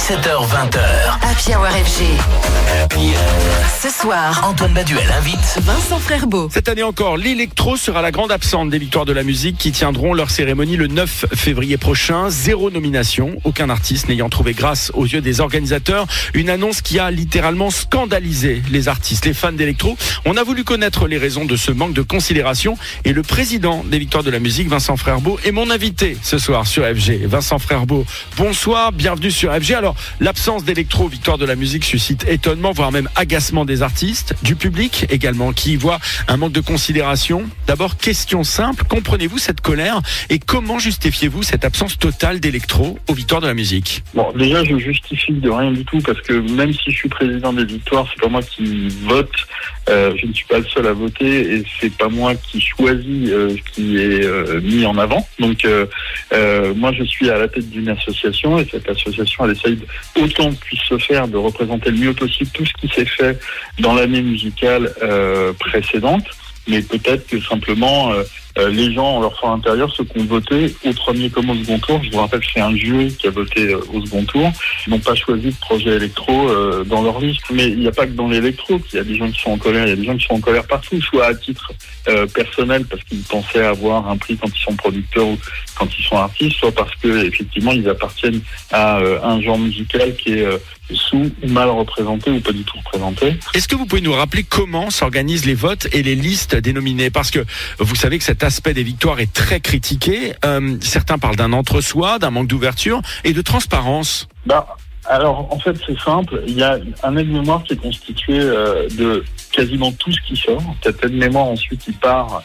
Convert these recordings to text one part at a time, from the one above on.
17h-20h. Happy Hour FG. Ce soir, Antoine Baduel invite Vincent Frerbeau. Cette année encore, l'électro sera la grande absente des Victoires de la musique qui tiendront leur cérémonie le 9 février prochain. 0 nomination, aucun artiste n'ayant trouvé grâce aux yeux des organisateurs. Une annonce qui a littéralement scandalisé les artistes, les fans d'électro. On a voulu connaître les raisons de ce manque de considération et le président des Victoires de la musique, Vincent Frerbeau, est mon invité ce soir sur FG. Vincent Frerbeau, bonsoir, bienvenue sur FG. Alors, l'absence d'électro aux Victoires de la musique suscite étonnement, voire même agacement des artistes, du public également, qui y voit un manque de considération. D'abord, question simple, comprenez-vous cette colère et comment justifiez-vous cette absence totale d'électro aux Victoires de la musique? Bon, déjà, je justifie de rien du tout parce que même si je suis président des Victoires, c'est pas moi qui vote. Je ne suis pas le seul à voter et c'est pas moi qui choisis ce qui est mis en avant. Donc, moi, je suis à la tête d'une association et cette association, elle essaye autant que puisse se faire de représenter le mieux possible tout ce qui s'est fait dans l'année musicale précédente. Mais peut-être que simplement les gens en leur fort intérieur, ceux qui ont voté au premier comme au second tour, je vous rappelle que c'est un jury qui a voté au second tour, n'ont pas choisi de projet électro dans leur liste. Mais il n'y a pas que dans l'électro qu'il y a des gens qui sont en colère, il y a des gens qui sont en colère partout, soit à titre personnel parce qu'ils pensaient avoir un prix quand ils sont producteurs ou quand ils sont artistes, soit parce que effectivement ils appartiennent à un genre musical qui est sous ou mal représenté ou pas du tout représenté. Est-ce que vous pouvez nous rappeler comment s'organisent les votes et les listes des nominés? Parce que vous savez que cet aspect des victoires est très critiqué. Certains parlent d'un entre-soi, d'un manque d'ouverture et de transparence. Alors, en fait, c'est simple. Il y a un aide-mémoire qui est constitué de quasiment tout ce qui sort. Cet aide-mémoire, ensuite, il part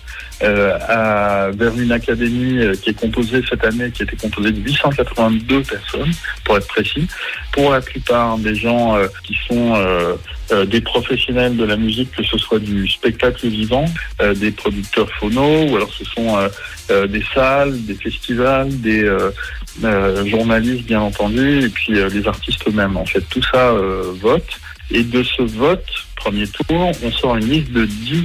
vers une académie qui est composée cette année, qui était composée de 882 personnes, pour être précis. Pour la plupart des gens qui sont des professionnels de la musique, que ce soit du spectacle vivant, des producteurs phono, ou alors ce sont des salles, des festivals, des journalistes, bien entendu, et puis les artistes eux-mêmes. En fait, tout ça vote. Et de ce vote, premier tour, on sort une liste de 10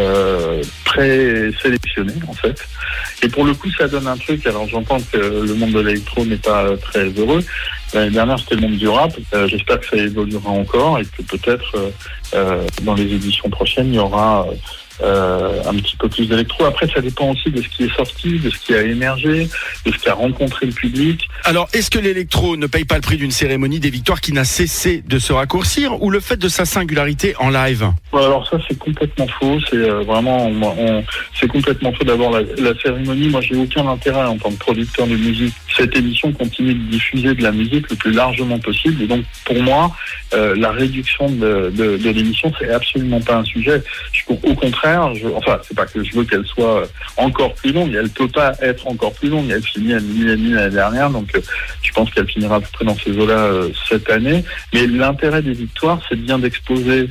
présélectionnés, en fait. Et pour le coup, ça donne un truc. Alors, j'entends que le monde de l'électro n'est pas très heureux. L'année dernière, c'était le monde du rap. J'espère que ça évoluera encore et que peut-être dans les éditions prochaines, il y aura un petit peu plus d'électro. Après, ça dépend aussi de ce qui est sorti, de ce qui a émergé, de ce qui a rencontré le public. Alors, est-ce que l'électro ne paye pas le prix d'une cérémonie des victoires qui n'a cessé de se raccourcir ou le fait de sa singularité en live? Alors ça, c'est complètement faux. C'est vraiment, c'est complètement faux. D'abord, la cérémonie, moi, j'ai aucun intérêt en tant que producteur de musique. Cette émission continue de diffuser de la musique le plus largement possible. Et donc, pour moi, la réduction de l'émission, c'est absolument pas un sujet. Au contraire, c'est pas que je veux qu'elle soit encore plus longue. Elle peut pas être encore plus longue. Elle finit à minuit et demi l'année dernière, donc je pense qu'elle finira à peu près dans ces eaux-là cette année. Mais l'intérêt des victoires, c'est bien d'exposer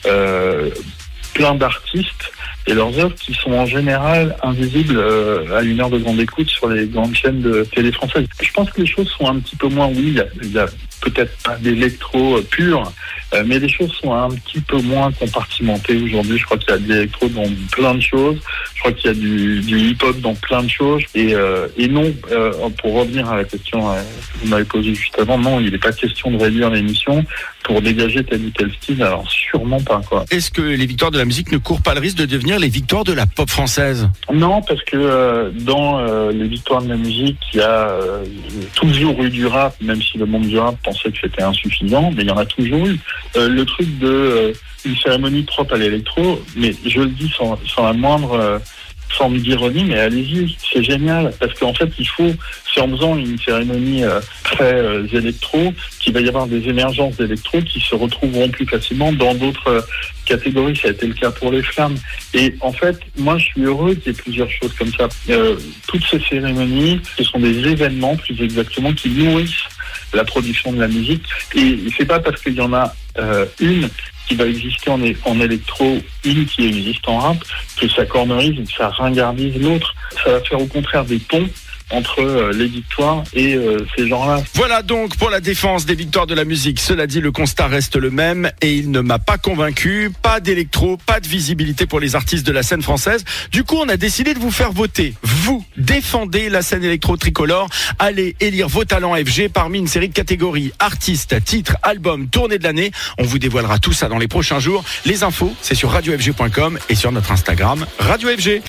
plein d'artistes et leurs œuvres qui sont en général invisibles à une heure de grande écoute sur les grandes chaînes de télé françaises. Je pense que les choses sont un petit peu moins, oui, il y a peut-être pas d'électro pur, mais les choses sont un petit peu moins compartimentées aujourd'hui. Je crois qu'il y a de l'électro dans plein de choses. Je crois qu'il y a du hip-hop dans plein de choses. Et non, pour revenir à la question que vous m'avez posée juste avant, non, il n'est pas question de réduire l'émission pour dégager tel ou tel style. Alors sûrement pas, quoi. Est-ce que les victoires de la musique ne courent pas le risque de devenir les victoires de la pop française? Non, parce que dans les victoires de la musique, il y a toujours eu du rap, même si le monde du rap pensait que c'était insuffisant, mais il y en a toujours eu. Le truc de une cérémonie propre à l'électro, mais je le dis sans la moindre forme d'ironie, mais allez-y, c'est génial, parce qu'en fait, c'est en faisant une cérémonie très électro qu'il va y avoir des émergences d'électro qui se retrouveront plus facilement dans d'autres catégories. Ça a été le cas pour les flammes. Et en fait, moi, je suis heureux qu'il y ait plusieurs choses comme ça. Toutes ces cérémonies, ce sont des événements, plus exactement, qui nourrissent la production de la musique. Et c'est pas parce qu'il y en a une qui va exister en électro, une qui existe en rap, que ça cornerise ou que ça ringardise l'autre. Ça va faire au contraire des ponts entre les victoires et ces gens-là. Voilà donc pour la défense des victoires de la musique. Cela dit, le constat reste le même et il ne m'a pas convaincu. Pas d'électro, pas de visibilité pour les artistes de la scène française. Du coup, on a décidé de vous faire voter. Vous défendez la scène électro tricolore. Allez élire vos talents FG parmi une série de catégories. Artistes, titres, albums, tournée de l'année. On vous dévoilera tout ça dans les prochains jours. Les infos, c'est sur radiofg.com et sur notre Instagram Radio FG.